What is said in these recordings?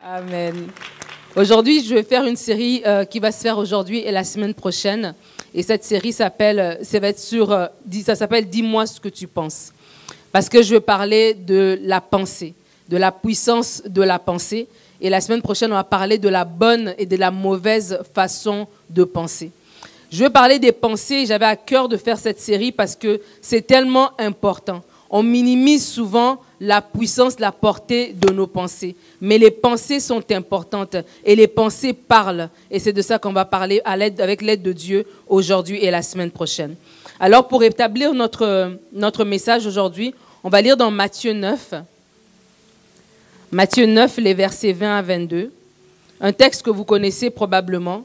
Amen. Aujourd'hui, je vais faire une série qui va se faire aujourd'hui et la semaine prochaine. Et cette série s'appelle, ça s'appelle « Dis-moi ce que tu penses ». Parce que je vais parler de la pensée, de la puissance de la pensée. Et la semaine prochaine, on va parler de la bonne et de la mauvaise façon de penser. Je vais parler des pensées. J'avais à cœur de faire cette série parce que c'est tellement important. On minimise souvent la puissance, la portée de nos pensées. Mais les pensées sont importantes et les pensées parlent. Et c'est de ça qu'on va parler avec l'aide de Dieu aujourd'hui et la semaine prochaine. Alors, pour établir notre message aujourd'hui, on va lire dans Matthieu 9. Matthieu 9, les versets 20 à 22. Un texte que vous connaissez probablement.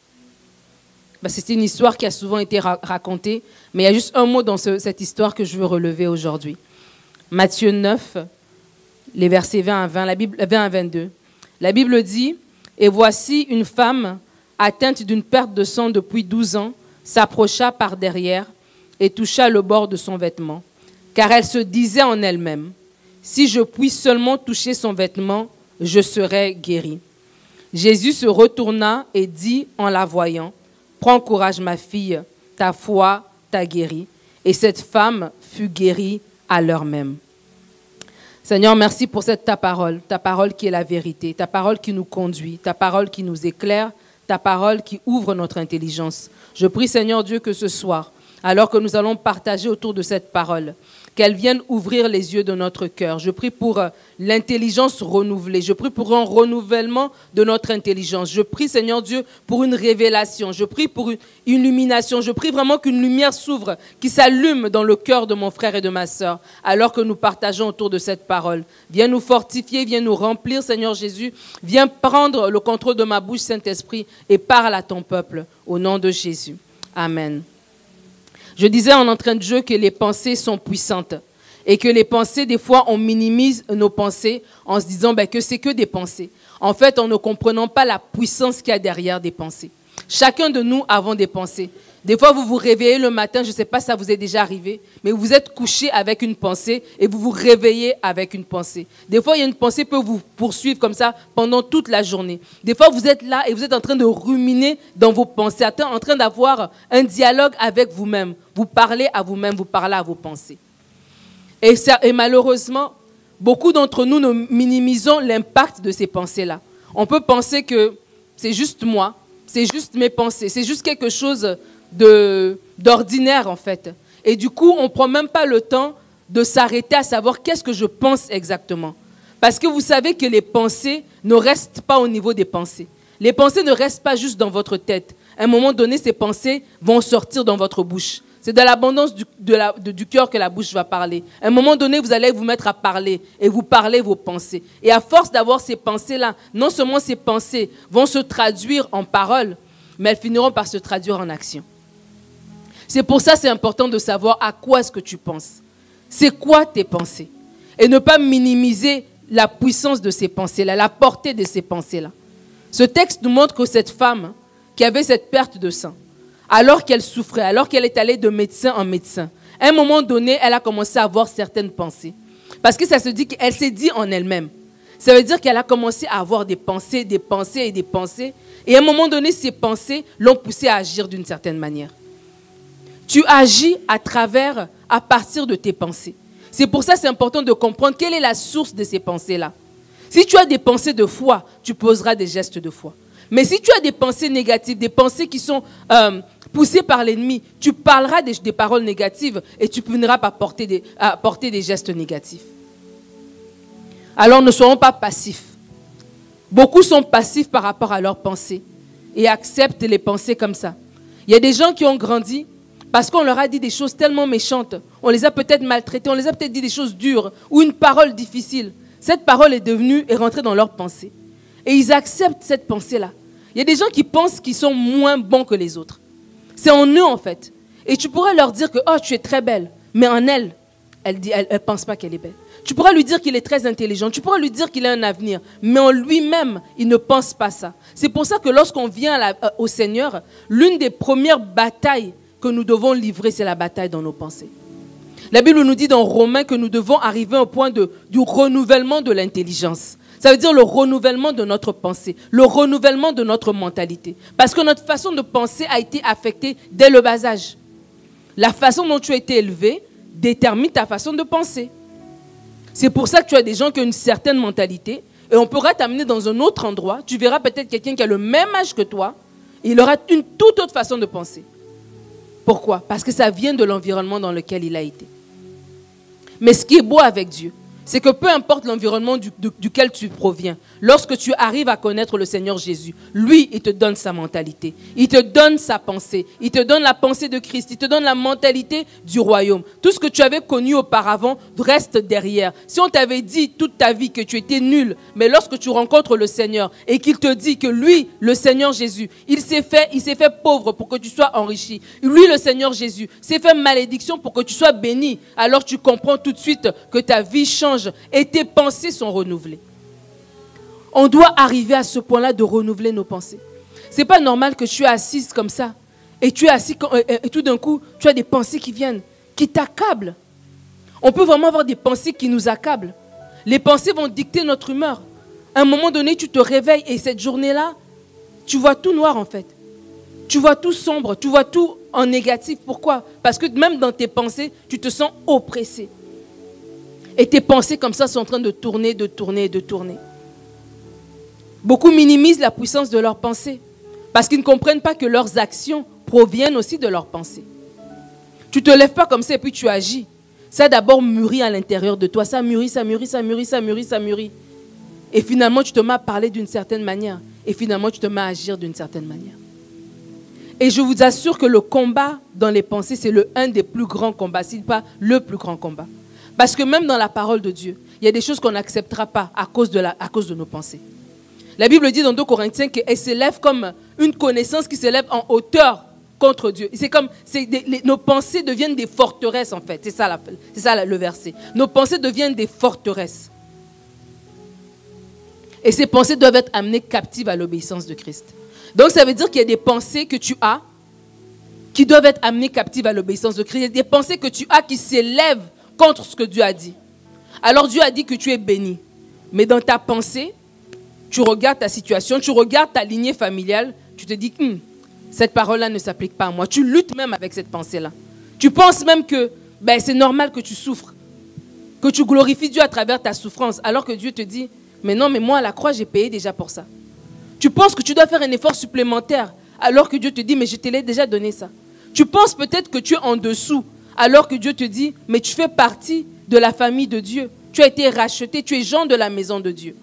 C'est une histoire qui a souvent été racontée, mais il y a juste un mot dans cette histoire que je veux relever aujourd'hui. Matthieu 9, les versets 20 à 22. La Bible dit, « Et voici une femme atteinte d'une perte de sang depuis 12 ans, s'approcha par derrière et toucha le bord de son vêtement, car elle se disait en elle-même, « Si je puis seulement toucher son vêtement, je serai guérie. » Jésus se retourna et dit en la voyant, « Prends courage, ma fille, ta foi t'a guérie. » Et cette femme fut guérie à l'heure même. Seigneur, merci pour ta parole qui est la vérité, ta parole qui nous conduit, ta parole qui nous éclaire, ta parole qui ouvre notre intelligence. Je prie, Seigneur Dieu, que ce soir, alors que nous allons partager autour de cette parole, qu'elle vienne ouvrir les yeux de notre cœur. Je prie pour l'intelligence renouvelée. Je prie pour un renouvellement de notre intelligence. Je prie, Seigneur Dieu, pour une révélation. Je prie pour une illumination. Je prie vraiment qu'une lumière s'ouvre, qui s'allume dans le cœur de mon frère et de ma sœur, alors que nous partageons autour de cette parole. Viens nous fortifier, viens nous remplir, Seigneur Jésus. Viens prendre le contrôle de ma bouche, Saint-Esprit, et parle à ton peuple, au nom de Jésus. Amen. Je disais en entrain de jeu que les pensées sont puissantes et que les pensées, des fois, on minimise nos pensées en se disant que c'est que des pensées. En fait, en ne comprenant pas la puissance qu'il y a derrière des pensées. Chacun de nous avons des pensées. Des fois, vous vous réveillez le matin, je ne sais pas si ça vous est déjà arrivé, mais vous êtes couché avec une pensée et vous vous réveillez avec une pensée. Des fois, il y a une pensée qui peut vous poursuivre comme ça pendant toute la journée. Des fois, vous êtes là et vous êtes en train de ruminer dans vos pensées, en train d'avoir un dialogue avec vous-même. Vous parlez à vous-même, vous parlez à vos pensées. Et malheureusement, beaucoup d'entre nous minimisons l'impact de ces pensées-là. On peut penser que c'est juste moi, c'est juste mes pensées, c'est juste quelque chose d'ordinaire en fait. Et du coup, on ne prend même pas le temps de s'arrêter à savoir qu'est-ce que je pense exactement. Parce que vous savez que les pensées ne restent pas au niveau des pensées. Les pensées ne restent pas juste dans votre tête. À un moment donné, ces pensées vont sortir dans votre bouche. C'est de l'abondance du cœur que la bouche va parler. À un moment donné, vous allez vous mettre à parler et vous parlez vos pensées. Et à force d'avoir ces pensées-là, non seulement ces pensées vont se traduire en paroles, mais elles finiront par se traduire en action. C'est pour ça que c'est important de savoir à quoi est-ce que tu penses. C'est quoi tes pensées? Et ne pas minimiser la puissance de ces pensées-là, la portée de ces pensées-là. Ce texte nous montre que cette femme qui avait cette perte de sang, alors qu'elle souffrait, alors qu'elle est allée de médecin en médecin, à un moment donné, elle a commencé à avoir certaines pensées. Parce que ça se dit qu'elle s'est dit en elle-même. Ça veut dire qu'elle a commencé à avoir des pensées, des pensées et des pensées. Et à un moment donné, ces pensées l'ont poussée à agir d'une certaine manière. Tu agis à partir de tes pensées. C'est pour ça que c'est important de comprendre quelle est la source de ces pensées-là. Si tu as des pensées de foi, tu poseras des gestes de foi. Mais si tu as des pensées négatives, des pensées qui sont poussées par l'ennemi, tu parleras des paroles négatives et tu finiras par porter des gestes négatifs. Alors ne soyons pas passifs. Beaucoup sont passifs par rapport à leurs pensées et acceptent les pensées comme ça. Il y a des gens qui ont grandi parce qu'on leur a dit des choses tellement méchantes. On les a peut-être maltraités, on les a peut-être dit des choses dures ou une parole difficile. Cette parole est rentrée dans leurs pensées. Et ils acceptent cette pensée-là. Il y a des gens qui pensent qu'ils sont moins bons que les autres. C'est en eux en fait. Et tu pourrais leur dire que « Oh, tu es très belle ». Mais en elle ne pense pas qu'elle est belle. Tu pourras lui dire qu'il est très intelligent. Tu pourras lui dire qu'il a un avenir. Mais en lui-même, il ne pense pas ça. C'est pour ça que lorsqu'on vient au Seigneur, l'une des premières batailles que nous devons livrer, c'est la bataille dans nos pensées. La Bible nous dit dans Romains que nous devons arriver au point du renouvellement de l'intelligence. Ça veut dire le renouvellement de notre pensée, le renouvellement de notre mentalité. Parce que notre façon de penser a été affectée dès le bas âge. La façon dont tu as été élevé détermine ta façon de penser. C'est pour ça que tu as des gens qui ont une certaine mentalité et on pourra t'amener dans un autre endroit. Tu verras peut-être quelqu'un qui a le même âge que toi et il aura une toute autre façon de penser. Pourquoi? Parce que ça vient de l'environnement dans lequel il a été. Mais ce qui est beau avec Dieu, c'est que peu importe l'environnement duquel tu proviens, lorsque tu arrives à connaître le Seigneur Jésus, lui, il te donne sa mentalité, il te donne sa pensée, il te donne la pensée de Christ, il te donne la mentalité du royaume. Tout ce que tu avais connu auparavant reste derrière. Si on t'avait dit toute ta vie que tu étais nul, mais lorsque tu rencontres le Seigneur et qu'il te dit que lui, le Seigneur Jésus, il s'est fait pauvre pour que tu sois enrichi. Lui, le Seigneur Jésus, s'est fait malédiction pour que tu sois béni. Alors tu comprends tout de suite que ta vie change et tes pensées sont renouvelées. On doit arriver à ce point-là de renouveler nos pensées. Ce n'est pas normal que tu es assise comme ça et tu es assis et tout d'un coup, tu as des pensées qui viennent, qui t'accablent. On peut vraiment avoir des pensées qui nous accablent. Les pensées vont dicter notre humeur. À un moment donné, tu te réveilles et cette journée-là, tu vois tout noir en fait. Tu vois tout sombre, tu vois tout en négatif. Pourquoi? Parce que même dans tes pensées, tu te sens oppressé. Et tes pensées comme ça sont en train de tourner, de tourner, de tourner. Beaucoup minimisent la puissance de leurs pensées parce qu'ils ne comprennent pas que leurs actions proviennent aussi de leurs pensées. Tu ne te lèves pas comme ça et puis tu agis. Ça d'abord mûrit à l'intérieur de toi. Ça mûrit, ça mûrit, ça mûrit, ça mûrit, ça mûrit. Et finalement, tu te mets à parler d'une certaine manière. Et finalement, tu te mets à agir d'une certaine manière. Et je vous assure que le combat dans les pensées, c'est un des plus grands combats, si pas le plus grand combat. Parce que même dans la parole de Dieu, il y a des choses qu'on n'acceptera pas à cause de nos pensées. La Bible dit dans 2 Corinthiens qu'elle s'élève comme une connaissance qui s'élève en hauteur contre Dieu. C'est comme nos pensées deviennent des forteresses en fait. C'est ça le verset. Nos pensées deviennent des forteresses. Et ces pensées doivent être amenées captives à l'obéissance de Christ. Donc ça veut dire qu'il y a des pensées que tu as qui doivent être amenées captives à l'obéissance de Christ. Il y a des pensées que tu as qui s'élèvent contre ce que Dieu a dit. Alors Dieu a dit que tu es béni. Mais dans ta pensée, tu regardes ta situation, tu regardes ta lignée familiale, tu te dis, cette parole-là ne s'applique pas à moi. Tu luttes même avec cette pensée-là. Tu penses même que c'est normal que tu souffres, que tu glorifies Dieu à travers ta souffrance, alors que Dieu te dit, mais non, mais moi à la croix, j'ai payé déjà pour ça. Tu penses que tu dois faire un effort supplémentaire, alors que Dieu te dit, mais je te l'ai déjà donné ça. Tu penses peut-être que tu es en dessous, alors que Dieu te dit, mais tu fais partie de la famille de Dieu. Tu as été racheté, tu es Jean de la maison de Dieu.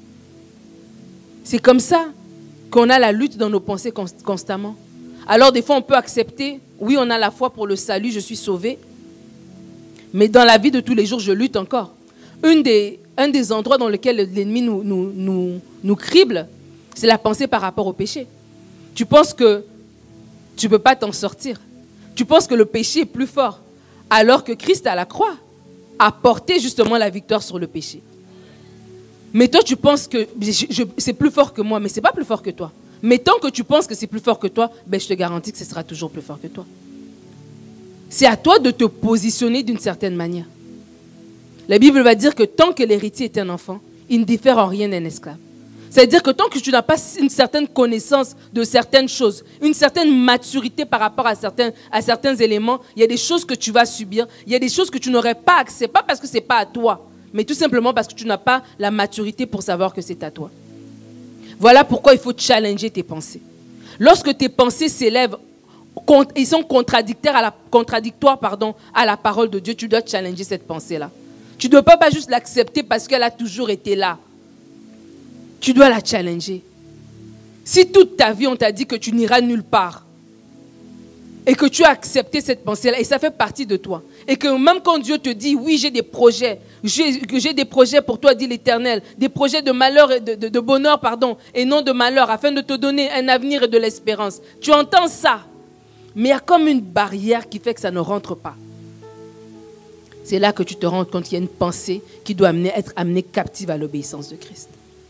C'est comme ça qu'on a la lutte dans nos pensées constamment. Alors des fois on peut accepter, oui on a la foi pour le salut, je suis sauvé. Mais dans la vie de tous les jours, je lutte encore. Un des endroits dans lesquels l'ennemi nous crible, c'est la pensée par rapport au péché. Tu penses que tu ne peux pas t'en sortir. Tu penses que le péché est plus fort. Alors que Christ à la croix a porté justement la victoire sur le péché. Mais toi, tu penses que c'est plus fort que moi, mais ce n'est pas plus fort que toi. Mais tant que tu penses que c'est plus fort que toi, je te garantis que ce sera toujours plus fort que toi. C'est à toi de te positionner d'une certaine manière. La Bible va dire que tant que l'héritier est un enfant, il ne diffère en rien d'un esclave. C'est-à-dire que tant que tu n'as pas une certaine connaissance de certaines choses, une certaine maturité par rapport à certains éléments, il y a des choses que tu vas subir, il y a des choses que tu n'aurais pas accès, pas parce que ce n'est pas à toi, mais tout simplement parce que tu n'as pas la maturité pour savoir que c'est à toi. Voilà pourquoi il faut challenger tes pensées. Lorsque tes pensées s'élèvent, ils sont contradictoires à la parole de Dieu, tu dois challenger cette pensée-là. Tu ne dois pas juste l'accepter parce qu'elle a toujours été là. Tu dois la challenger. Si toute ta vie, on t'a dit que tu n'iras nulle part, et que tu as accepté cette pensée-là, et ça fait partie de toi, et que même quand Dieu te dit, oui, j'ai des projets, j'ai des projets pour toi, dit l'Éternel, des projets de malheur et de bonheur, et non de malheur, afin de te donner un avenir et de l'espérance. Tu entends ça, mais il y a comme une barrière qui fait que ça ne rentre pas. C'est là que tu te rends compte qu'il y a une pensée qui doit être amenée captive à l'obéissance de Christ.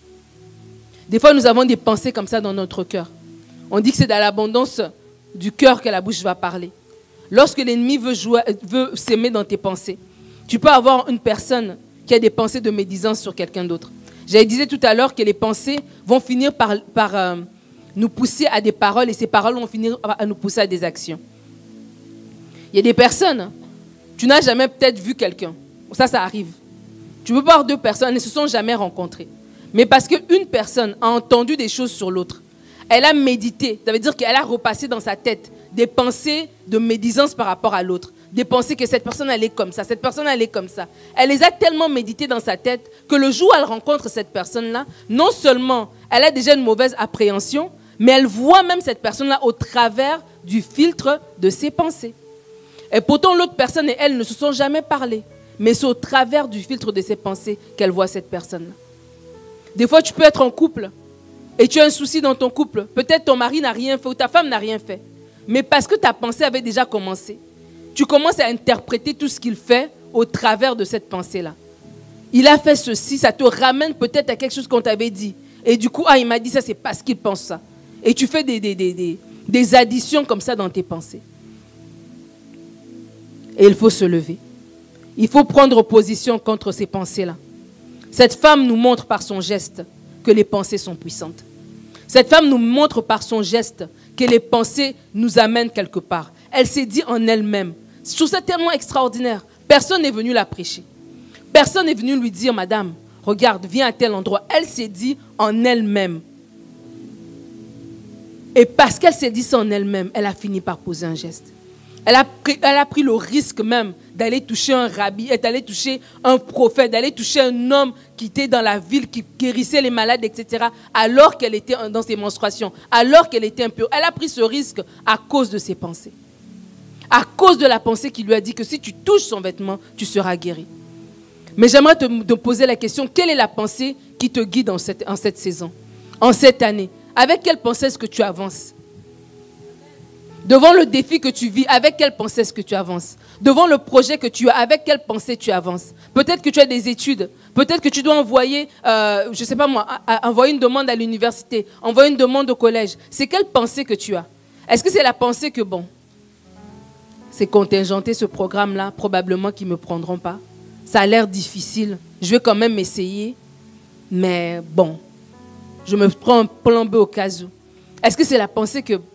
Des fois, nous avons des pensées comme ça dans notre cœur. On dit que c'est dans l'abondance du cœur que la bouche va parler. Lorsque l'ennemi veut s'aimer dans tes pensées, tu peux avoir une personne qui a des pensées de médisance sur quelqu'un d'autre. Je disais tout à l'heure que les pensées vont finir par nous pousser à des paroles et ces paroles vont finir à nous pousser à des actions. Il y a des personnes, tu n'as jamais peut-être vu quelqu'un. Ça arrive. Tu peux voir deux personnes, elles ne se sont jamais rencontrées. Mais parce qu'une personne a entendu des choses sur l'autre, elle a médité, ça veut dire qu'elle a repassé dans sa tête des pensées de médisance par rapport à l'autre. Des pensées que cette personne elle est comme ça, cette personne elle est comme ça. Elle les a tellement méditées dans sa tête que le jour où elle rencontre cette personne-là, non seulement elle a déjà une mauvaise appréhension, mais elle voit même cette personne-là au travers du filtre de ses pensées. Et pourtant l'autre personne et elle ne se sont jamais parlé, mais c'est au travers du filtre de ses pensées qu'elle voit cette personne-là. Des fois tu peux être en couple et tu as un souci dans ton couple. Peut-être ton mari n'a rien fait ou ta femme n'a rien fait. Mais parce que ta pensée avait déjà commencé, tu commences à interpréter tout ce qu'il fait au travers de cette pensée-là. Il a fait ceci, ça te ramène peut-être à quelque chose qu'on t'avait dit. Et du coup, il m'a dit ça, c'est parce qu'il pense ça. Et tu fais des additions comme ça dans tes pensées. Et il faut se lever. Il faut prendre position contre ces pensées-là. Cette femme nous montre par son geste que les pensées sont puissantes. Cette femme nous montre par son geste que les pensées nous amènent quelque part. Elle s'est dit en elle-même. Je trouve ça tellement extraordinaire. Personne n'est venu la prêcher. Personne n'est venu lui dire, madame, regarde, viens à tel endroit. Elle s'est dit en elle-même. Et parce qu'elle s'est dit ça en elle-même, elle a fini par poser un geste. Elle a pris le risque même d'aller toucher un rabbi, d'aller toucher un prophète, d'aller toucher un homme qui était dans la ville, qui guérissait les malades, etc., alors qu'elle était dans ses menstruations, alors qu'elle était impure. Elle a pris ce risque à cause de ses pensées. À cause de la pensée qui lui a dit que si tu touches son vêtement, tu seras guéri. Mais j'aimerais te poser la question, quelle est la pensée qui te guide en cette saison, en cette année? Avec quelle pensée est-ce que tu avances? Devant le défi que tu vis, avec quelle pensée est-ce que tu avances? Devant le projet que tu as, avec quelle pensée tu avances? Peut-être que tu as des études, peut-être que tu dois envoyer, je ne sais pas moi, envoyer une demande à l'université, envoyer une demande au collège. C'est quelle pensée que tu as? Est-ce que c'est la pensée que, bon, c'est contingenté ce programme-là, probablement qu'ils ne me prendront pas. Ça a l'air difficile, je vais quand même essayer, mais bon, je me prends un plan B au cas où. Est-ce que c'est la pensée que...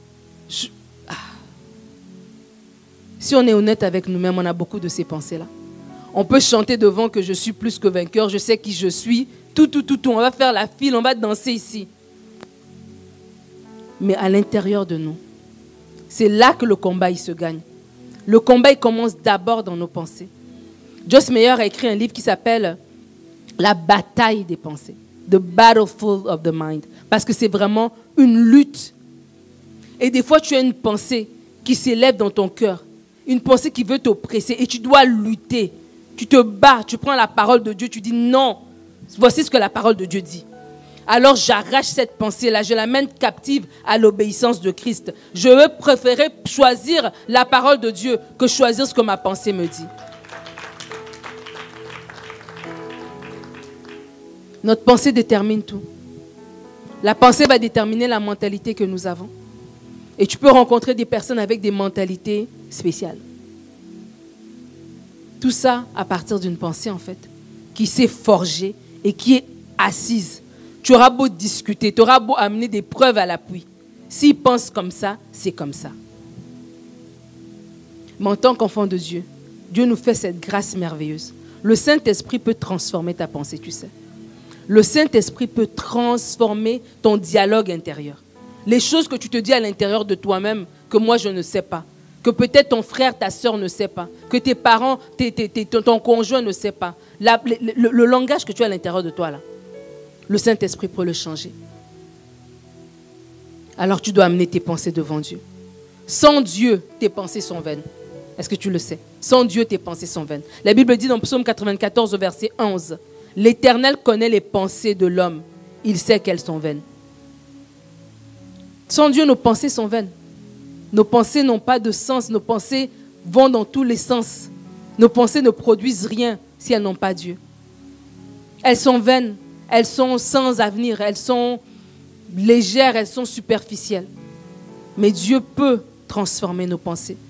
Si on est honnête avec nous-mêmes, on a beaucoup de ces pensées-là. On peut chanter devant que je suis plus que vainqueur, je sais qui je suis, tout. On va faire la file, on va danser ici. Mais à l'intérieur de nous, c'est là que le combat il se gagne. Le combat il commence d'abord dans nos pensées. Joyce Meyer a écrit un livre qui s'appelle La bataille des pensées. The Battlefield of the Mind. Parce que c'est vraiment une lutte. Et des fois, tu as une pensée qui s'élève dans ton cœur. Une pensée qui veut t'oppresser. Et tu dois lutter. Tu te bats. Tu prends la parole de Dieu. Tu dis non. Voici ce que la parole de Dieu dit. Alors j'arrache cette pensée-là. Je l'amène captive à l'obéissance de Christ. Je veux préférer choisir la parole de Dieu que choisir ce que ma pensée me dit. Notre pensée détermine tout. La pensée va déterminer la mentalité que nous avons. Et tu peux rencontrer des personnes avec des mentalités spéciales. Tout ça à partir d'une pensée, en fait, qui s'est forgée et qui est assise. Tu auras beau discuter, tu auras beau amener des preuves à l'appui. S'ils pensent comme ça, c'est comme ça. Mais en tant qu'enfant de Dieu, Dieu nous fait cette grâce merveilleuse. Le Saint-Esprit peut transformer ta pensée, tu sais. Le Saint-Esprit peut transformer ton dialogue intérieur. Les choses que tu te dis à l'intérieur de toi-même, que moi je ne sais pas, que peut-être ton frère, ta soeur ne sait pas, que tes parents, ton conjoint ne sait pas. Le langage que tu as à l'intérieur de toi, là, le Saint-Esprit peut le changer. Alors tu dois amener tes pensées devant Dieu. Sans Dieu, tes pensées sont vaines. Est-ce que tu le sais? Sans Dieu, tes pensées sont vaines. La Bible dit dans Psaume 94, verset 11, « L'Éternel connaît les pensées de l'homme. Il sait qu'elles sont vaines. » Sans Dieu, nos pensées sont vaines. Nos pensées n'ont pas de sens. Nos pensées vont dans tous les sens. Nos pensées ne produisent rien si elles n'ont pas Dieu. Elles sont vaines. Elles sont sans avenir. Elles sont légères. Elles sont superficielles. Mais Dieu peut transformer nos pensées.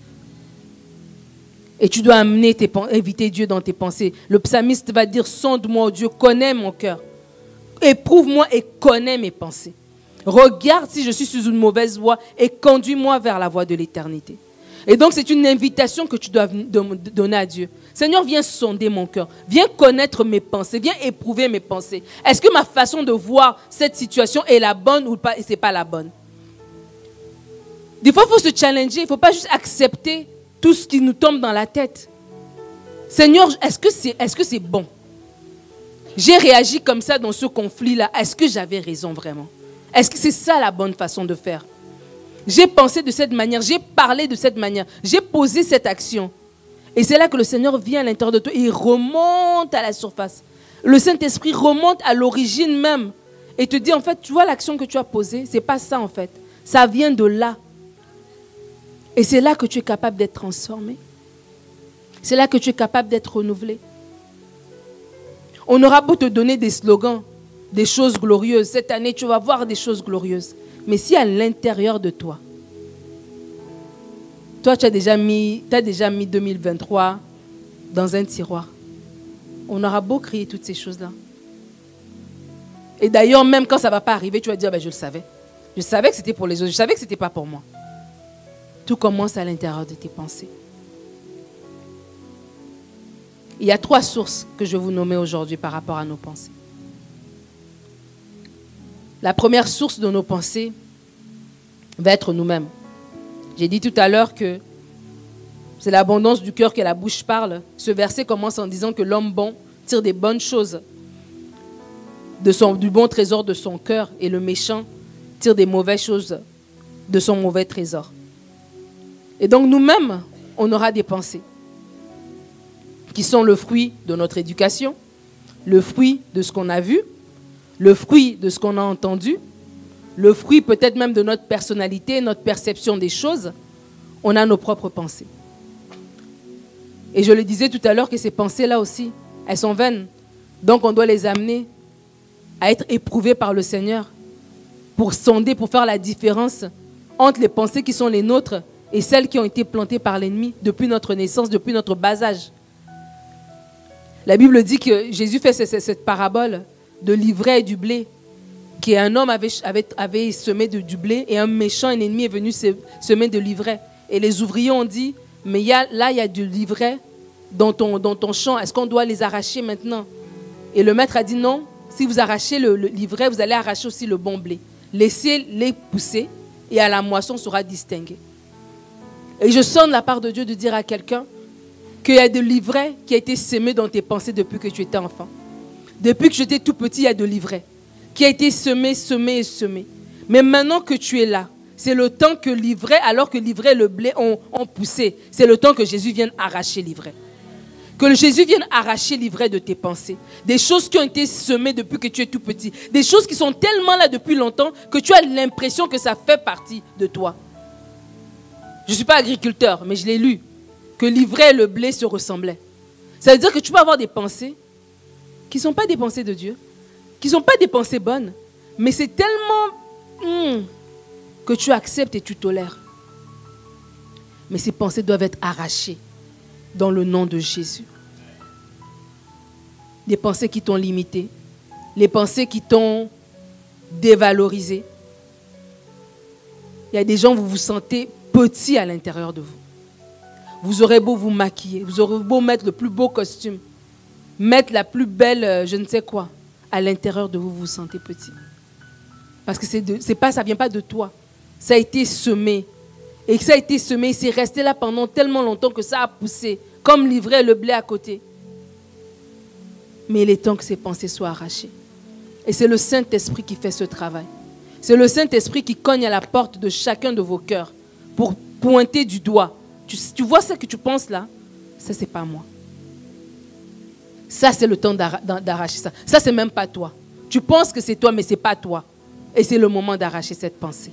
Et tu dois inviter Dieu dans tes pensées. Le psalmiste va dire, sonde-moi, oh Dieu, connais mon cœur. Éprouve-moi et connais mes pensées. Regarde si je suis sur une mauvaise voie et conduis-moi vers la voie de l'éternité. Et donc, c'est une invitation que tu dois donner à Dieu. Seigneur, viens sonder mon cœur. Viens connaître mes pensées. Viens éprouver mes pensées. Est-ce que ma façon de voir cette situation est la bonne ou pas, et ce n'est pas la bonne? Des fois, il faut se challenger. Il ne faut pas juste accepter tout ce qui nous tombe dans la tête. Seigneur, est-ce que c'est bon? J'ai réagi comme ça dans ce conflit-là. Est-ce que j'avais raison vraiment? Est-ce que c'est ça la bonne façon de faire? J'ai pensé de cette manière, j'ai parlé de cette manière, j'ai posé cette action. Et c'est là que le Seigneur vient à l'intérieur de toi et il remonte à la surface. Le Saint-Esprit remonte à l'origine même et te dit, en fait, tu vois l'action que tu as posée, ce n'est pas ça en fait. Ça vient de là. Et c'est là que tu es capable d'être transformé. C'est là que tu es capable d'être renouvelé. On aura beau te donner des slogans, des choses glorieuses. Cette année, tu vas voir des choses glorieuses. Mais si à l'intérieur de toi, tu as déjà mis 2023 dans un tiroir, on aura beau crier toutes ces choses-là. Et d'ailleurs, même quand ça ne va pas arriver, tu vas dire, je le savais. Je savais que c'était pour les autres. Je savais que ce n'était pas pour moi. Tout commence à l'intérieur de tes pensées. Il y a 3 sources que je vais vous nommer aujourd'hui par rapport à nos pensées. La première source de nos pensées va être nous-mêmes. J'ai dit tout à l'heure que c'est l'abondance du cœur que la bouche parle. Ce verset commence en disant que l'homme bon tire des bonnes choses du bon trésor de son cœur et le méchant tire des mauvaises choses de son mauvais trésor. Et donc nous-mêmes, on aura des pensées qui sont le fruit de notre éducation, le fruit de ce qu'on a vu, le fruit de ce qu'on a entendu, le fruit peut-être même de notre personnalité, notre perception des choses. On a nos propres pensées. Et je le disais tout à l'heure que ces pensées-là aussi, elles sont vaines. Donc on doit les amener à être éprouvées par le Seigneur pour sonder, pour faire la différence entre les pensées qui sont les nôtres et celles qui ont été plantées par l'ennemi depuis notre naissance, depuis notre bas âge. La Bible dit que Jésus fait cette parabole de l'ivraie et du blé, qu'un homme avait semé du blé et un méchant, un ennemi est venu semer de l'ivraie. Et les ouvriers ont dit, mais il y a du livret dans ton champ, est-ce qu'on doit les arracher maintenant? Et le maître a dit non, si vous arrachez le livret, vous allez arracher aussi le bon blé. Laissez-les pousser et à la moisson sera distingué. Et je sonne la part de Dieu de dire à quelqu'un qu'il y a de l'ivraie qui a été semé dans tes pensées depuis que tu étais enfant. Depuis que j'étais tout petit, il y a de l'ivraie qui a été semé. Mais maintenant que tu es là, c'est le temps que l'ivraie, alors que l'ivraie et le blé ont poussé, c'est le temps que Jésus vienne arracher l'ivraie. Que Jésus vienne arracher l'ivraie de tes pensées. Des choses qui ont été semées depuis que tu es tout petit. Des choses qui sont tellement là depuis longtemps que tu as l'impression que ça fait partie de toi. Je ne suis pas agriculteur, mais je l'ai lu. Que l'ivraie et le blé se ressemblaient. Ça veut dire que tu peux avoir des pensées qui ne sont pas des pensées de Dieu, qui ne sont pas des pensées bonnes, mais c'est tellement que tu acceptes et tu tolères. Mais ces pensées doivent être arrachées dans le nom de Jésus. Des pensées qui t'ont limité, les pensées qui t'ont dévalorisé. Il y a des gens, vous vous sentez petit à l'intérieur de vous. Vous aurez beau vous maquiller, vous aurez beau mettre le plus beau costume, mettre la plus belle je ne sais quoi, à l'intérieur de vous, vous vous sentez petit. Parce que ça ne vient pas de toi. Ça a été semé. Et que ça a été semé, c'est resté là pendant tellement longtemps que ça a poussé, comme l'ivraie et le blé à côté. Mais il est temps que ces pensées soient arrachées. Et c'est le Saint-Esprit qui fait ce travail. C'est le Saint-Esprit qui cogne à la porte de chacun de vos cœurs pour pointer du doigt. Tu vois ce que tu penses là? Ça, c'est pas moi. Ça, c'est le temps d'arracher ça. Ça, c'est même pas toi. Tu penses que c'est toi, mais c'est pas toi. Et c'est le moment d'arracher cette pensée.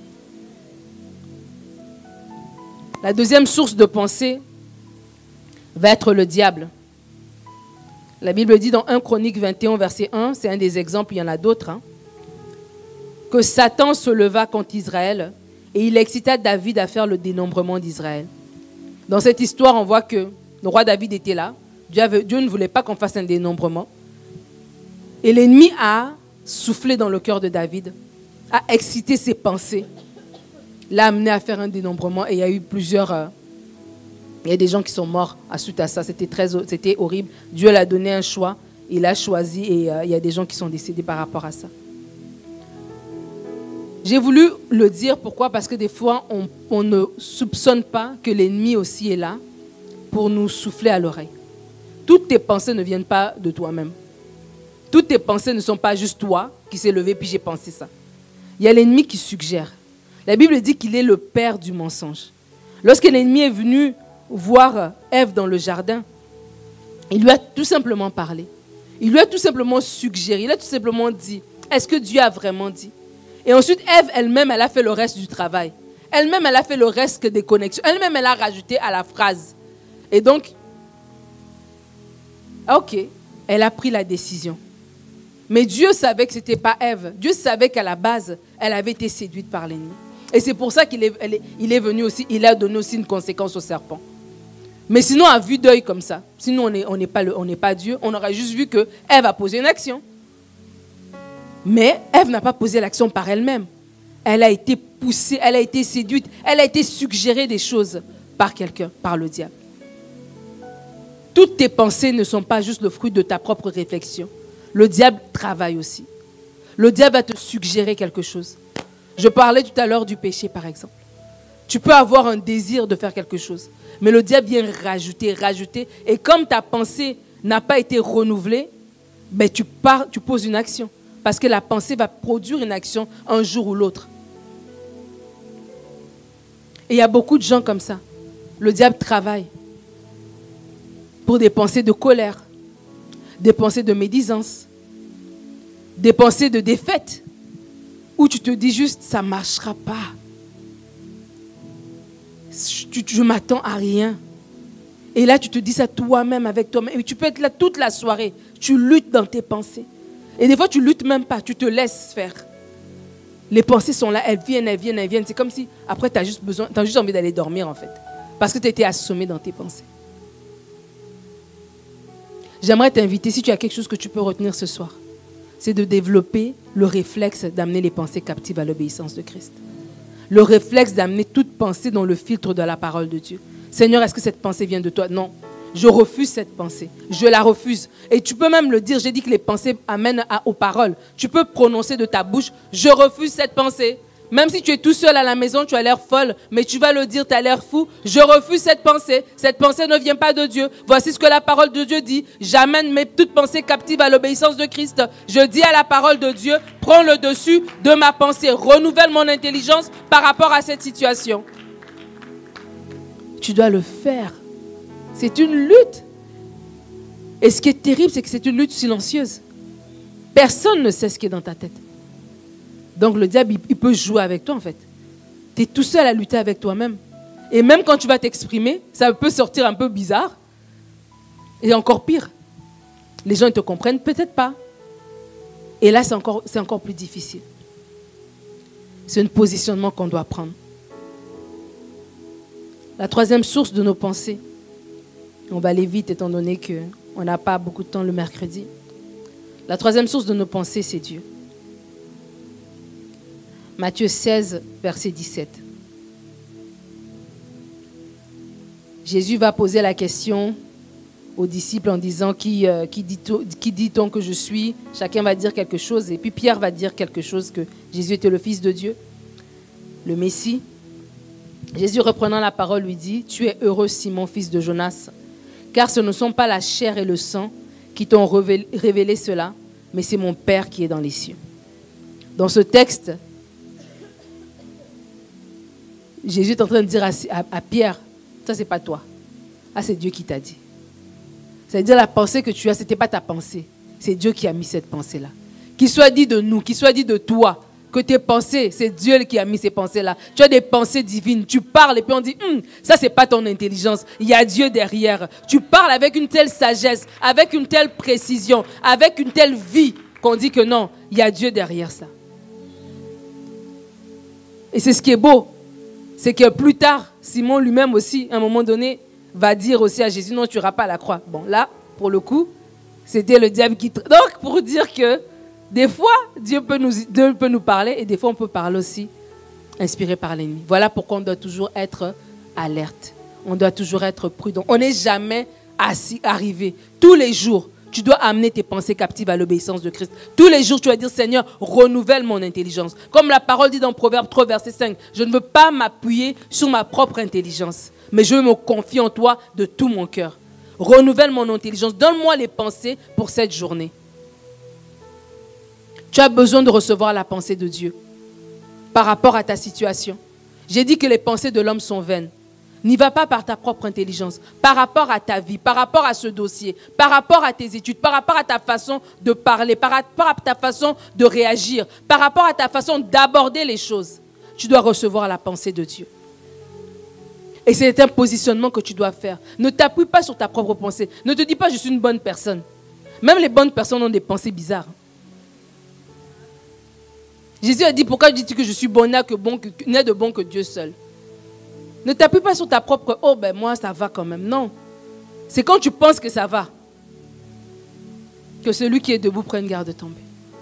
La deuxième source de pensée va être le diable. La Bible dit dans 1 Chronique 21, verset 1, c'est un des exemples, il y en a d'autres, que Satan se leva contre Israël et il excita David à faire le dénombrement d'Israël. Dans cette histoire, on voit que le roi David était là. Dieu ne voulait pas qu'on fasse un dénombrement. Et l'ennemi a soufflé dans le cœur de David, a excité ses pensées, l'a amené à faire un dénombrement et il y a eu plusieurs... il y a des gens qui sont morts suite à ça, c'était horrible. Dieu l'a donné un choix, il a choisi et il y a des gens qui sont décédés par rapport à ça. J'ai voulu le dire, pourquoi? Parce que des fois, on ne soupçonne pas que l'ennemi aussi est là pour nous souffler à l'oreille. Toutes tes pensées ne viennent pas de toi-même. Toutes tes pensées ne sont pas juste toi qui s'est levé puis j'ai pensé ça. Il y a l'ennemi qui suggère. La Bible dit qu'il est le père du mensonge. Lorsque l'ennemi est venu voir Ève dans le jardin, il lui a tout simplement parlé. Il lui a tout simplement suggéré. Il a tout simplement dit, est-ce que Dieu a vraiment dit? Et ensuite, Ève elle-même, elle a fait le reste du travail. Elle-même, elle a fait le reste des connexions. Elle-même, elle a rajouté à la phrase. Et donc, ok, elle a pris la décision. Mais Dieu savait que ce n'était pas Ève. Dieu savait qu'à la base, elle avait été séduite par l'ennemi. Et c'est pour ça qu'il est venu aussi, il a donné aussi une conséquence au serpent. Mais sinon, à vue d'œil comme ça, sinon on n'est pas Dieu, on aurait juste vu que Ève a posé une action. Mais Ève n'a pas posé l'action par elle-même. Elle a été poussée, elle a été séduite, elle a été suggérée des choses par quelqu'un, par le diable. Toutes tes pensées ne sont pas juste le fruit de ta propre réflexion. Le diable travaille aussi. Le diable va te suggérer quelque chose. Je parlais tout à l'heure du péché, par exemple. Tu peux avoir un désir de faire quelque chose, mais le diable vient rajouter. Et comme ta pensée n'a pas été renouvelée, ben tu poses une action. Parce que la pensée va produire une action un jour ou l'autre. Et il y a beaucoup de gens comme ça. Le diable travaille pour des pensées de colère, des pensées de médisance, des pensées de défaite, où tu te dis juste, ça ne marchera pas. Je m'attends à rien. Et là, tu te dis ça toi-même, avec toi-même. Et tu peux être là toute la soirée. Tu luttes dans tes pensées. Et des fois, tu ne luttes même pas. Tu te laisses faire. Les pensées sont là. Elles viennent. C'est comme si, après, tu as juste envie d'aller dormir, en fait. Parce que tu as été assommé dans tes pensées. J'aimerais t'inviter, si tu as quelque chose que tu peux retenir ce soir, c'est de développer le réflexe d'amener les pensées captives à l'obéissance de Christ. Le réflexe d'amener toute pensée dans le filtre de la parole de Dieu. Seigneur, est-ce que cette pensée vient de toi? Non. Je refuse cette pensée. Je la refuse. Et tu peux même le dire. J'ai dit que les pensées amènent aux paroles. Tu peux prononcer de ta bouche, je refuse cette pensée. Même si tu es tout seul à la maison, tu as l'air folle, mais tu vas le dire, tu as l'air fou. Je refuse cette pensée. Cette pensée ne vient pas de Dieu. Voici ce que la parole de Dieu dit. J'amène toute pensée captive à l'obéissance de Christ. Je dis à la parole de Dieu, prends le dessus de ma pensée. Renouvelle mon intelligence par rapport à cette situation. Tu dois le faire. C'est une lutte. Et ce qui est terrible, c'est que c'est une lutte silencieuse. Personne ne sait ce qui est dans ta tête. Donc le diable, il peut jouer avec toi en fait. Tu es tout seul à lutter avec toi-même. Et même quand tu vas t'exprimer, ça peut sortir un peu bizarre. Et encore pire. Les gens ne te comprennent peut-être pas. Et là, c'est encore plus difficile. C'est un positionnement qu'on doit prendre. La troisième source de nos pensées, on va aller vite étant donné qu'on n'a pas beaucoup de temps le mercredi. La troisième source de nos pensées, c'est Dieu. Matthieu 16, verset 17. Jésus va poser la question aux disciples en disant qui dit-on que je suis? Chacun va dire quelque chose et puis Pierre va dire quelque chose, que Jésus était le Fils de Dieu, le Messie. Jésus, reprenant la parole, lui dit, tu es heureux, Simon, fils de Jonas, car ce ne sont pas la chair et le sang qui t'ont révélé cela, mais c'est mon Père qui est dans les cieux. Dans ce texte, Jésus est en train de dire à Pierre, ça c'est pas toi, c'est Dieu qui t'a dit. C'est-à-dire la pensée que tu as, ce n'était pas ta pensée, c'est Dieu qui a mis cette pensée-là. Qu'il soit dit de nous, qu'il soit dit de toi, que tes pensées, c'est Dieu qui a mis ces pensées-là. Tu as des pensées divines, tu parles et puis on dit, ça c'est pas ton intelligence, il y a Dieu derrière. Tu parles avec une telle sagesse, avec une telle précision, avec une telle vie qu'on dit que non, il y a Dieu derrière ça. Et c'est ce qui est beau, c'est que plus tard, Simon lui-même aussi, à un moment donné, va dire aussi à Jésus, non, tu n'iras pas à la croix. Bon, là, pour le coup, c'était le diable qui... Donc, pour dire que Des fois, Dieu peut nous parler et des fois, on peut parler aussi inspiré par l'ennemi. Voilà pourquoi on doit toujours être alerte. On doit toujours être prudent. On n'est jamais arrivé. Tous les jours, tu dois amener tes pensées captives à l'obéissance de Christ. Tous les jours, tu vas dire, Seigneur, renouvelle mon intelligence. Comme la parole dit dans Proverbe 3, verset 5, je ne veux pas m'appuyer sur ma propre intelligence, mais je veux me confier en toi de tout mon cœur. Renouvelle mon intelligence. Donne-moi les pensées pour cette journée. Tu as besoin de recevoir la pensée de Dieu par rapport à ta situation. J'ai dit que les pensées de l'homme sont vaines. N'y va pas par ta propre intelligence, par rapport à ta vie, par rapport à ce dossier, par rapport à tes études, par rapport à ta façon de parler, par rapport à ta façon de réagir, par rapport à ta façon d'aborder les choses. Tu dois recevoir la pensée de Dieu. Et c'est un positionnement que tu dois faire. Ne t'appuie pas sur ta propre pensée. Ne te dis pas, je suis une bonne personne. Même les bonnes personnes ont des pensées bizarres. Jésus a dit, pourquoi dis-tu que je suis bon, n'est de bon que Dieu seul? Ne t'appuie pas sur ta propre, oh ben moi ça va quand même. Non. C'est quand tu penses que ça va que celui qui est debout prenne garde de tomber.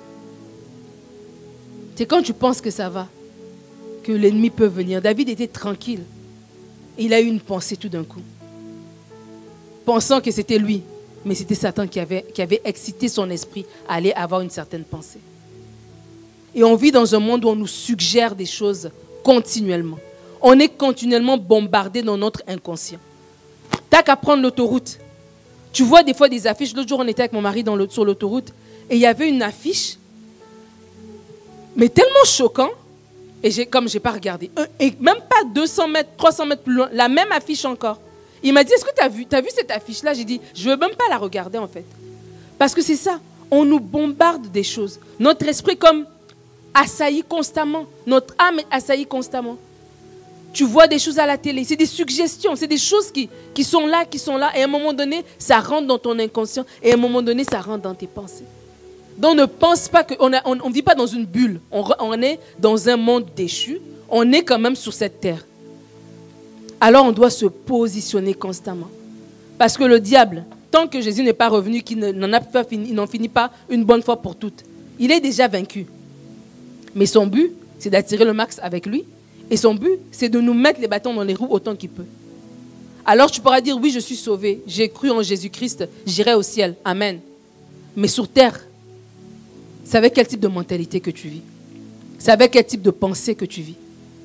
C'est quand tu penses que ça va que l'ennemi peut venir. David était tranquille. Il a eu une pensée tout d'un coup. Pensant que c'était lui. Mais c'était Satan qui avait excité son esprit à aller avoir une certaine pensée. Et on vit dans un monde où on nous suggère des choses continuellement. On est continuellement bombardé dans notre inconscient. T'as qu'à prendre l'autoroute. Tu vois des fois des affiches. L'autre jour, on était avec mon mari sur l'autoroute et il y avait une affiche, mais tellement choquant. Et comme je n'ai pas regardé, et même pas 200 mètres, 300 mètres plus loin, la même affiche encore. Il m'a dit, est-ce que tu as vu cette affiche-là? J'ai dit, je ne veux même pas la regarder en fait. Parce que c'est ça, on nous bombarde des choses. Notre esprit comme assailli constamment. Notre âme est assaillie constamment. Tu vois des choses à la télé, c'est des suggestions, c'est des choses qui sont là, et à un moment donné, ça rentre dans ton inconscient, et à un moment donné, ça rentre dans tes pensées. Donc ne pense pas qu'on ne vit pas dans une bulle, on est dans un monde déchu, on est quand même sur cette terre. Alors on doit se positionner constamment. Parce que le diable, tant que Jésus n'est pas revenu, qu'il n'en finit pas une bonne fois pour toutes, il est déjà vaincu. Mais son but, c'est d'attirer le max avec lui. Et son but, c'est de nous mettre les bâtons dans les roues autant qu'il peut. Alors tu pourras dire, oui, je suis sauvé, j'ai cru en Jésus-Christ, j'irai au ciel. Amen. Mais sur terre, c'est avec quel type de mentalité que tu vis? C'est avec quel type de pensée que tu vis?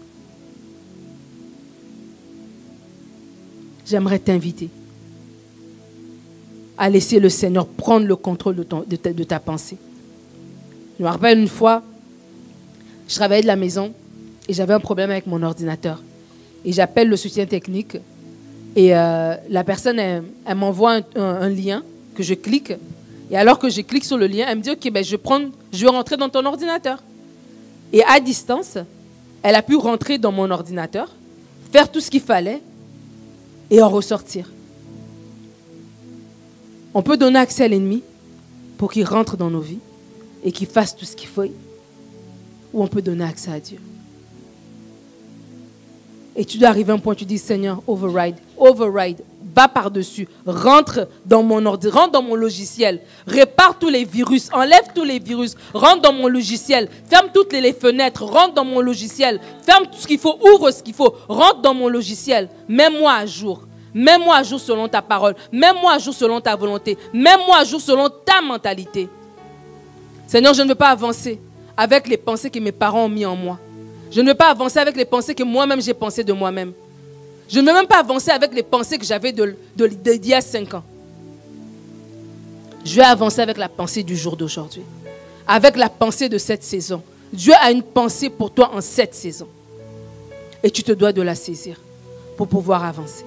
J'aimerais t'inviter à laisser le Seigneur prendre le contrôle de ta pensée. Je me rappelle une fois, je travaillais de la maison et j'avais un problème avec mon ordinateur. Et j'appelle le soutien technique et la personne, elle m'envoie un lien que je clique. Et alors que je clique sur le lien, elle me dit, ok, ben je vais rentrer dans ton ordinateur. Et à distance, elle a pu rentrer dans mon ordinateur, faire tout ce qu'il fallait et en ressortir. On peut donner accès à l'ennemi pour qu'il rentre dans nos vies et qu'il fasse tout ce qu'il faut. Ou on peut donner accès à Dieu. Et tu dois arriver à un point où tu dis, Seigneur, override, va par-dessus, rentre dans mon ordinateur, rentre dans mon logiciel, répare tous les virus, enlève tous les virus, rentre dans mon logiciel, ferme toutes les fenêtres, rentre dans mon logiciel, ferme tout ce qu'il faut, ouvre ce qu'il faut, rentre dans mon logiciel, mets-moi à jour selon ta parole, mets-moi à jour selon ta volonté, mets-moi à jour selon ta mentalité. Seigneur, je ne veux pas avancer avec les pensées que mes parents ont mis en moi. Je ne veux pas avancer avec les pensées que moi-même j'ai pensées de moi-même. Je ne veux même pas avancer avec les pensées que j'avais d'il y a 5 ans. Je vais avancer avec la pensée du jour d'aujourd'hui. Avec la pensée de cette saison. Dieu a une pensée pour toi en cette saison. Et tu te dois de la saisir pour pouvoir avancer.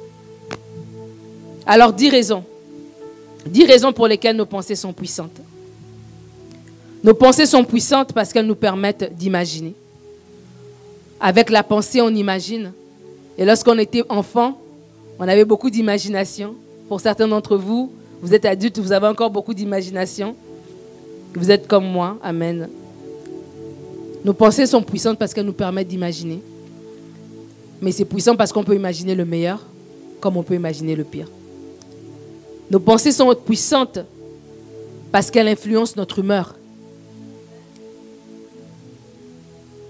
Alors 10 raisons. 10 raisons pour lesquelles nos pensées sont puissantes. Nos pensées sont puissantes parce qu'elles nous permettent d'imaginer. Avec la pensée, on imagine. Et lorsqu'on était enfant, on avait beaucoup d'imagination. Pour certains d'entre vous, vous êtes adultes, vous avez encore beaucoup d'imagination. Vous êtes comme moi. Amen. Nos pensées sont puissantes parce qu'elles nous permettent d'imaginer. Mais c'est puissant parce qu'on peut imaginer le meilleur comme on peut imaginer le pire. Nos pensées sont puissantes parce qu'elles influencent notre humeur.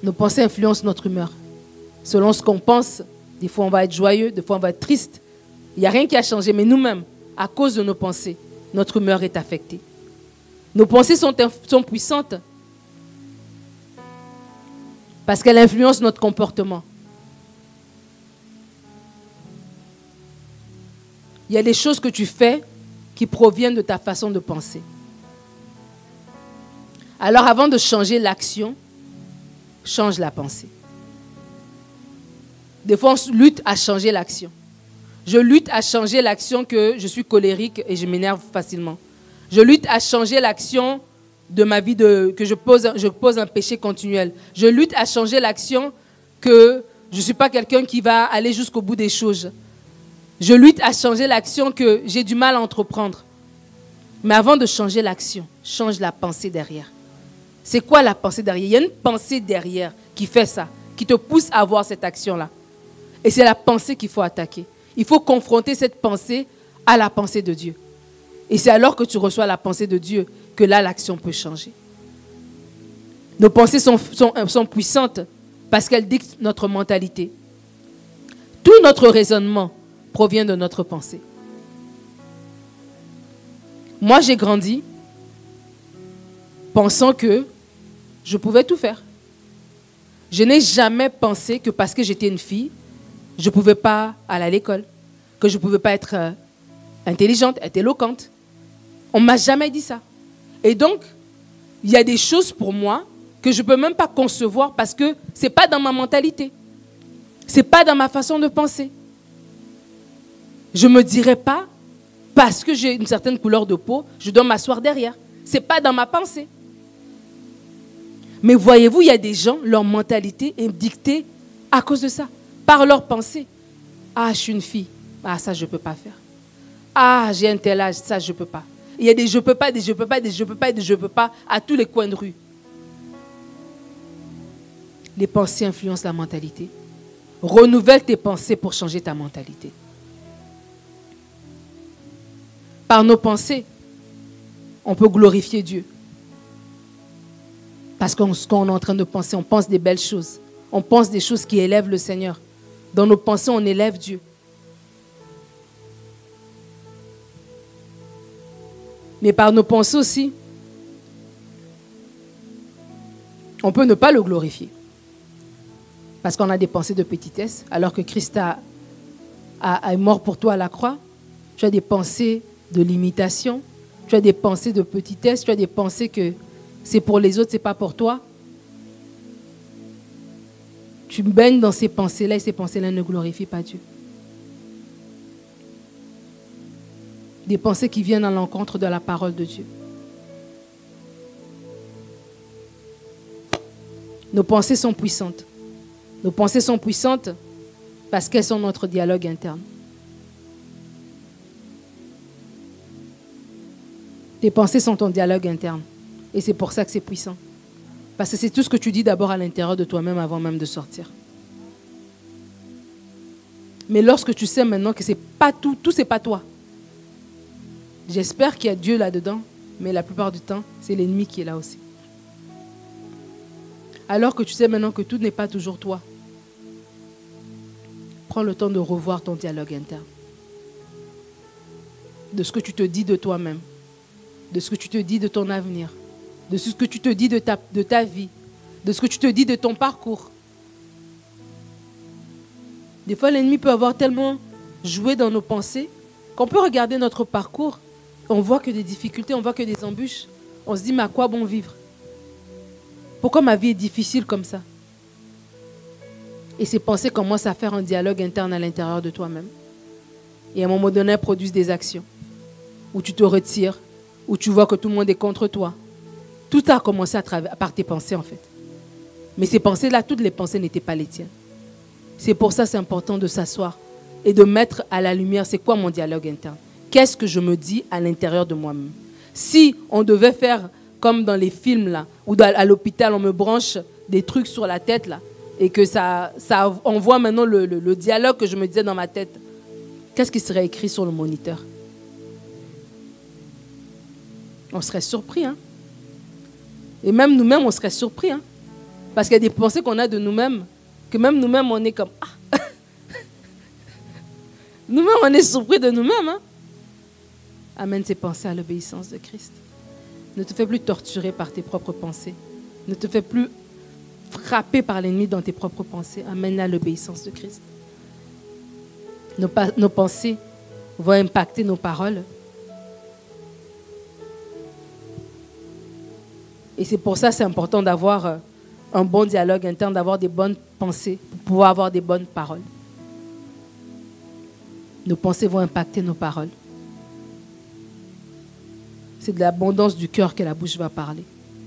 Nos pensées influencent notre humeur. Selon ce qu'on pense, des fois on va être joyeux, des fois on va être triste. Il n'y a rien qui a changé, mais nous-mêmes, à cause de nos pensées, notre humeur est affectée. Nos pensées sont puissantes parce qu'elles influencent notre comportement. Il y a des choses que tu fais qui proviennent de ta façon de penser. Alors avant de changer l'action, change la pensée. Des fois, on lutte à changer l'action. Je lutte à changer l'action que je suis colérique et je m'énerve facilement. Je lutte à changer l'action de ma vie que je pose un péché continuel. Je lutte à changer l'action que je ne suis pas quelqu'un qui va aller jusqu'au bout des choses. Je lutte à changer l'action que j'ai du mal à entreprendre. Mais avant de changer l'action, change la pensée derrière. C'est quoi la pensée derrière? Il y a une pensée derrière qui fait ça, qui te pousse à avoir cette action-là. Et c'est la pensée qu'il faut attaquer. Il faut confronter cette pensée à la pensée de Dieu. Et c'est alors que tu reçois la pensée de Dieu que là, l'action peut changer. Nos pensées sont puissantes parce qu'elles dictent notre mentalité. Tout notre raisonnement provient de notre pensée. Moi, j'ai grandi pensant que je pouvais tout faire. Je n'ai jamais pensé que parce que j'étais une fille, je ne pouvais pas aller à l'école, que je ne pouvais pas être intelligente, être éloquente. On ne m'a jamais dit ça. Et donc, il y a des choses pour moi que je ne peux même pas concevoir parce que ce n'est pas dans ma mentalité. Ce n'est pas dans ma façon de penser. Je ne me dirais pas, parce que j'ai une certaine couleur de peau, je dois m'asseoir derrière. Ce n'est pas dans ma pensée. Mais voyez-vous, il y a des gens, leur mentalité est dictée à cause de ça, par leur pensée. Ah, je suis une fille. Ah, ça, je ne peux pas faire. Ah, j'ai un tel âge, ça, je ne peux pas. Il y a des je ne peux pas, des je ne peux pas, des je ne peux pas, des je ne peux pas à tous les coins de rue. Les pensées influencent la mentalité. Renouvelle tes pensées pour changer ta mentalité. Par nos pensées, on peut glorifier Dieu. Parce que ce qu'on est en train de penser, on pense des belles choses. On pense des choses qui élèvent le Seigneur. Dans nos pensées, on élève Dieu. Mais par nos pensées aussi, on peut ne pas le glorifier. Parce qu'on a des pensées de petitesse, alors que Christ est mort pour toi à la croix. Tu as des pensées de limitation, tu as des pensées de petitesse, tu as des pensées que c'est pour les autres, ce n'est pas pour toi. Tu baignes dans ces pensées-là et ces pensées-là ne glorifient pas Dieu. Des pensées qui viennent à l'encontre de la parole de Dieu. Nos pensées sont puissantes. Nos pensées sont puissantes parce qu'elles sont notre dialogue interne. Tes pensées sont ton dialogue interne. Et c'est pour ça que c'est puissant. Parce que c'est tout ce que tu dis d'abord à l'intérieur de toi-même avant même de sortir. Mais lorsque tu sais maintenant que c'est pas tout c'est pas toi. J'espère qu'il y a Dieu là-dedans, mais la plupart du temps, c'est l'ennemi qui est là aussi. Alors que tu sais maintenant que tout n'est pas toujours toi, prends le temps de revoir ton dialogue interne. De ce que tu te dis de toi-même, de ce que tu te dis de ton avenir, de ce que tu te dis de ta vie, de ce que tu te dis de ton parcours. Des fois, l'ennemi peut avoir tellement joué dans nos pensées qu'on peut regarder notre parcours, on voit que des difficultés, on voit que des embûches. On se dit, mais à quoi bon vivre? Pourquoi ma vie est difficile comme ça? Et ces pensées commencent à faire un dialogue interne à l'intérieur de toi-même. Et à un moment donné, elles produisent des actions où tu te retires, où tu vois que tout le monde est contre toi. Tout a commencé par tes pensées en fait. Mais ces pensées-là, toutes les pensées n'étaient pas les tiennes. C'est pour ça que c'est important de s'asseoir et de mettre à la lumière, c'est quoi mon dialogue interne? Qu'est-ce que je me dis à l'intérieur de moi-même? Si on devait faire comme dans les films là, ou à l'hôpital, on me branche des trucs sur la tête là, et que on voit maintenant le dialogue que je me disais dans ma tête, qu'est-ce qui serait écrit sur le moniteur? On serait surpris, hein? Et même nous-mêmes, on serait surpris, hein? Parce qu'il y a des pensées qu'on a de nous-mêmes, que même nous-mêmes, on est comme... Ah. Nous-mêmes, on est surpris de nous-mêmes. Hein? Amène tes pensées à l'obéissance de Christ. Ne te fais plus torturer par tes propres pensées. Ne te fais plus frapper par l'ennemi dans tes propres pensées. Amène à l'obéissance de Christ. Nos pensées vont impacter nos paroles. Et c'est pour ça que c'est important d'avoir un bon dialogue interne, d'avoir des bonnes pensées pour pouvoir avoir des bonnes paroles. Nos pensées vont impacter nos paroles. C'est de l'abondance du cœur que la bouche va parler.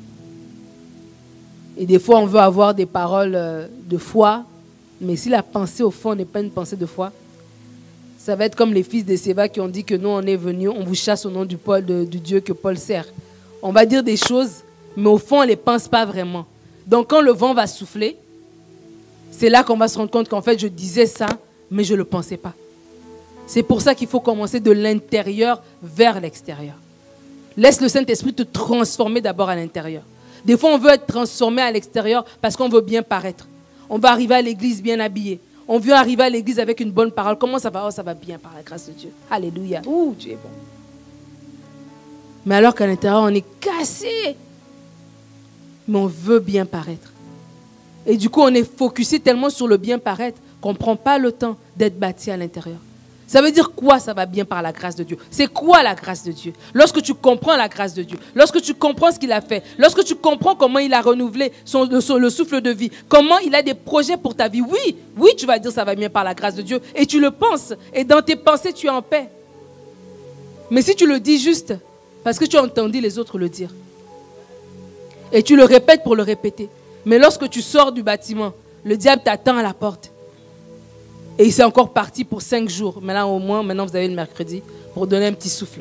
Et des fois, on veut avoir des paroles de foi, mais si la pensée au fond n'est pas une pensée de foi, ça va être comme les fils de Séva qui ont dit que nous, on est venus, on vous chasse au nom du Dieu que Paul sert. On va dire des choses, mais au fond, on ne les pense pas vraiment. Donc, quand le vent va souffler, c'est là qu'on va se rendre compte qu'en fait, je disais ça, mais je ne le pensais pas. C'est pour ça qu'il faut commencer de l'intérieur vers l'extérieur. Laisse le Saint-Esprit te transformer d'abord à l'intérieur. Des fois, on veut être transformé à l'extérieur parce qu'on veut bien paraître. On va arriver à l'église bien habillé. On veut arriver à l'église avec une bonne parole. Comment ça va? Oh, ça va bien par la grâce de Dieu. Alléluia. Ouh, Dieu est bon. Mais alors qu'à l'intérieur, on est cassé. Mais on veut bien paraître. Et du coup, on est focusé tellement sur le bien paraître qu'on ne prend pas le temps d'être bâti à l'intérieur. Ça veut dire quoi, ça va bien par la grâce de Dieu? C'est quoi la grâce de Dieu? Lorsque tu comprends la grâce de Dieu, lorsque tu comprends ce qu'il a fait, lorsque tu comprends comment il a renouvelé le souffle de vie, comment il a des projets pour ta vie, oui, tu vas dire ça va bien par la grâce de Dieu et tu le penses. Et dans tes pensées, tu es en paix. Mais si tu le dis juste parce que tu as entendu les autres le dire et tu le répètes pour le répéter, mais lorsque tu sors du bâtiment, le diable t'attend à la porte. Et il s'est encore parti pour 5 jours. Mais là, au moins, maintenant, vous avez le mercredi pour donner un petit souffle.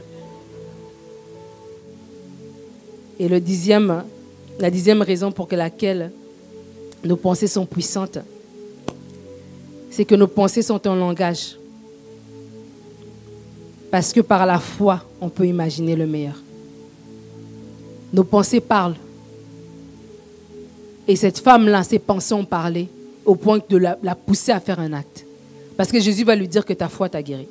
Et la 10e raison pour laquelle nos pensées sont puissantes, c'est que nos pensées sont un langage. Parce que par la foi, on peut imaginer le meilleur. Nos pensées parlent. Et cette femme-là, ses pensées ont parlé au point de la pousser à faire un acte. Parce que Jésus va lui dire que ta foi t'a guéri.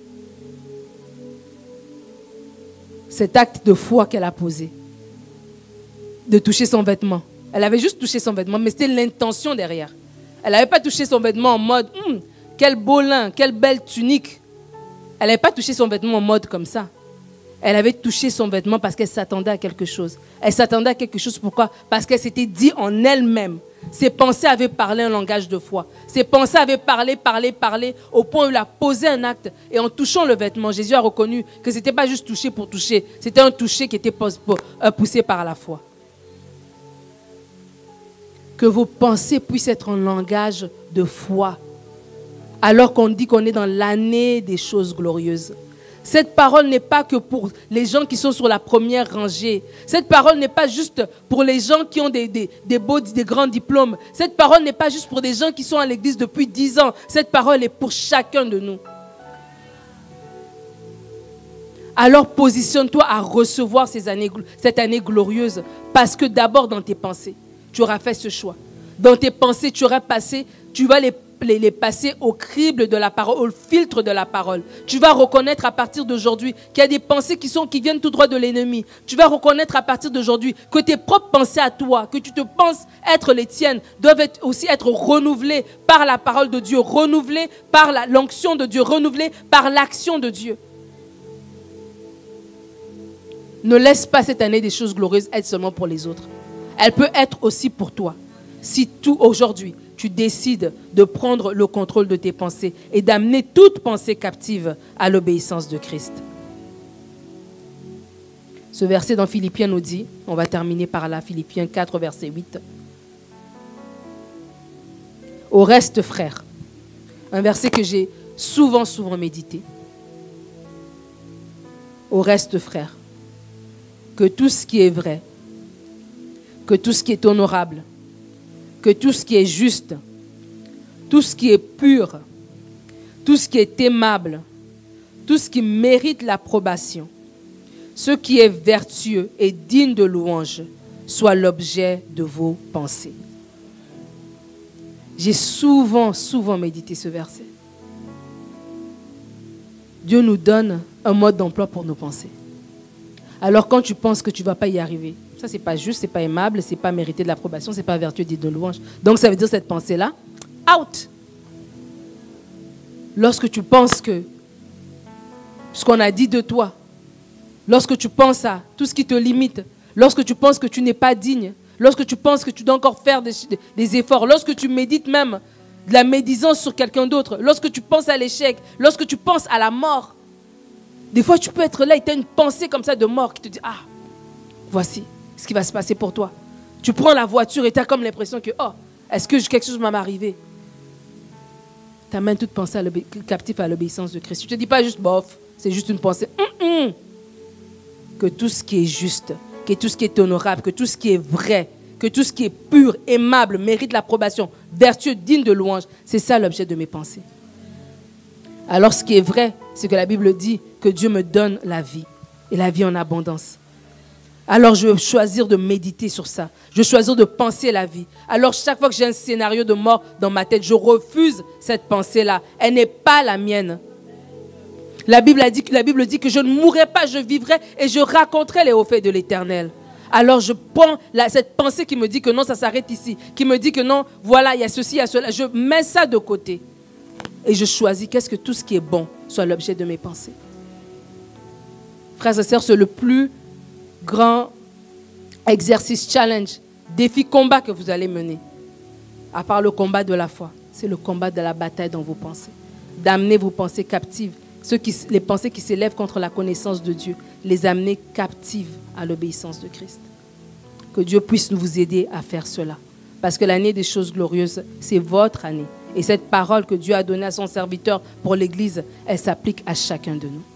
Cet acte de foi qu'elle a posé, de toucher son vêtement. Elle avait juste touché son vêtement, mais c'était l'intention derrière. Elle n'avait pas touché son vêtement en mode « quel beau lin, quelle belle tunique ». Elle n'avait pas touché son vêtement en mode comme ça. Elle avait touché son vêtement parce qu'elle s'attendait à quelque chose. Elle s'attendait à quelque chose, pourquoi? Parce qu'elle s'était dit en elle-même. Ses pensées avaient parlé un langage de foi. Ses pensées avaient parlé, au point où il a posé un acte. Et en touchant le vêtement, Jésus a reconnu que ce n'était pas juste toucher pour toucher. C'était un toucher qui était poussé par la foi. Que vos pensées puissent être un langage de foi. Alors qu'on dit qu'on est dans l'année des choses glorieuses. Cette parole n'est pas que pour les gens qui sont sur la première rangée. Cette parole n'est pas juste pour les gens qui ont des grands diplômes. Cette parole n'est pas juste pour des gens qui sont à l'église depuis 10 ans. Cette parole est pour chacun de nous. Alors positionne-toi à recevoir cette année glorieuse. Parce que d'abord dans tes pensées, tu auras fait ce choix. Dans tes pensées, tu vas les passer au crible de la parole, au filtre de la parole. Tu vas reconnaître à partir d'aujourd'hui qu'il y a des pensées qui viennent tout droit de l'ennemi. Tu vas reconnaître à partir d'aujourd'hui que tes propres pensées à toi, que tu te penses être les tiennes, doivent aussi être renouvelées par la parole de Dieu, renouvelées par l'onction de Dieu, renouvelées par l'action de Dieu. Ne laisse pas cette année des choses glorieuses être seulement pour les autres. Elle peut être aussi pour toi. Si tout aujourd'hui, tu décides de prendre le contrôle de tes pensées et d'amener toute pensée captive à l'obéissance de Christ. Ce verset dans Philippiens nous dit, on va terminer par là, Philippiens 4, verset 8. Au reste, frères, un verset que j'ai souvent médité. Au reste, frères, que tout ce qui est vrai, que tout ce qui est honorable, que tout ce qui est juste, tout ce qui est pur, tout ce qui est aimable, tout ce qui mérite l'approbation, ce qui est vertueux et digne de louange, soit l'objet de vos pensées. J'ai souvent médité ce verset. Dieu nous donne un mode d'emploi pour nos pensées. Alors quand tu penses que tu ne vas pas y arriver, ça c'est pas juste, c'est pas aimable, c'est pas mériter de l'approbation, c'est pas vertueux dit de louange. Donc ça veut dire cette pensée-là, out. Lorsque tu penses que ce qu'on a dit de toi, lorsque tu penses à tout ce qui te limite, lorsque tu penses que tu n'es pas digne, lorsque tu penses que tu dois encore faire des efforts, lorsque tu médites même de la médisance sur quelqu'un d'autre, lorsque tu penses à l'échec, lorsque tu penses à la mort, des fois tu peux être là et tu as une pensée comme ça de mort qui te dit, ah, voici ce qui va se passer pour toi. Tu prends la voiture et tu as comme l'impression que, oh, est-ce que quelque chose va m'arriver? Tu amènes toute pensée captive à l'obéissance de Christ. Tu ne te dis pas juste, bof, c'est juste une pensée. Que tout ce qui est juste, que tout ce qui est honorable, que tout ce qui est vrai, que tout ce qui est pur, aimable, mérite l'approbation, vertueux, digne de louange, c'est ça l'objet de mes pensées. Alors ce qui est vrai, c'est que la Bible dit que Dieu me donne la vie, et la vie en abondance. Alors je vais choisir de méditer sur ça, je vais choisir de penser la vie. Alors chaque fois que j'ai un scénario de mort dans ma tête, je refuse cette pensée-là, elle n'est pas la mienne. La Bible dit que je ne mourrai pas, je vivrai et je raconterai les hauts faits de l'Éternel. Alors je prends cette pensée qui me dit que non, ça s'arrête ici, qui me dit que non, voilà, il y a ceci, il y a cela. Je mets ça de côté et je choisis qu'est-ce que tout ce qui est bon soit l'objet de mes pensées. Frères et sœurs, c'est le plus grand exercice, challenge, défi, combat que vous allez mener. À part le combat de la foi, c'est le combat de la bataille dans vos pensées. D'amener vos pensées captives. Les pensées qui s'élèvent contre la connaissance de Dieu, les amener captives à l'obéissance de Christ. Que Dieu puisse nous aider à faire cela. Parce que l'année des choses glorieuses, c'est votre année. Et cette parole que Dieu a donnée à son serviteur pour l'Église, elle s'applique à chacun de nous.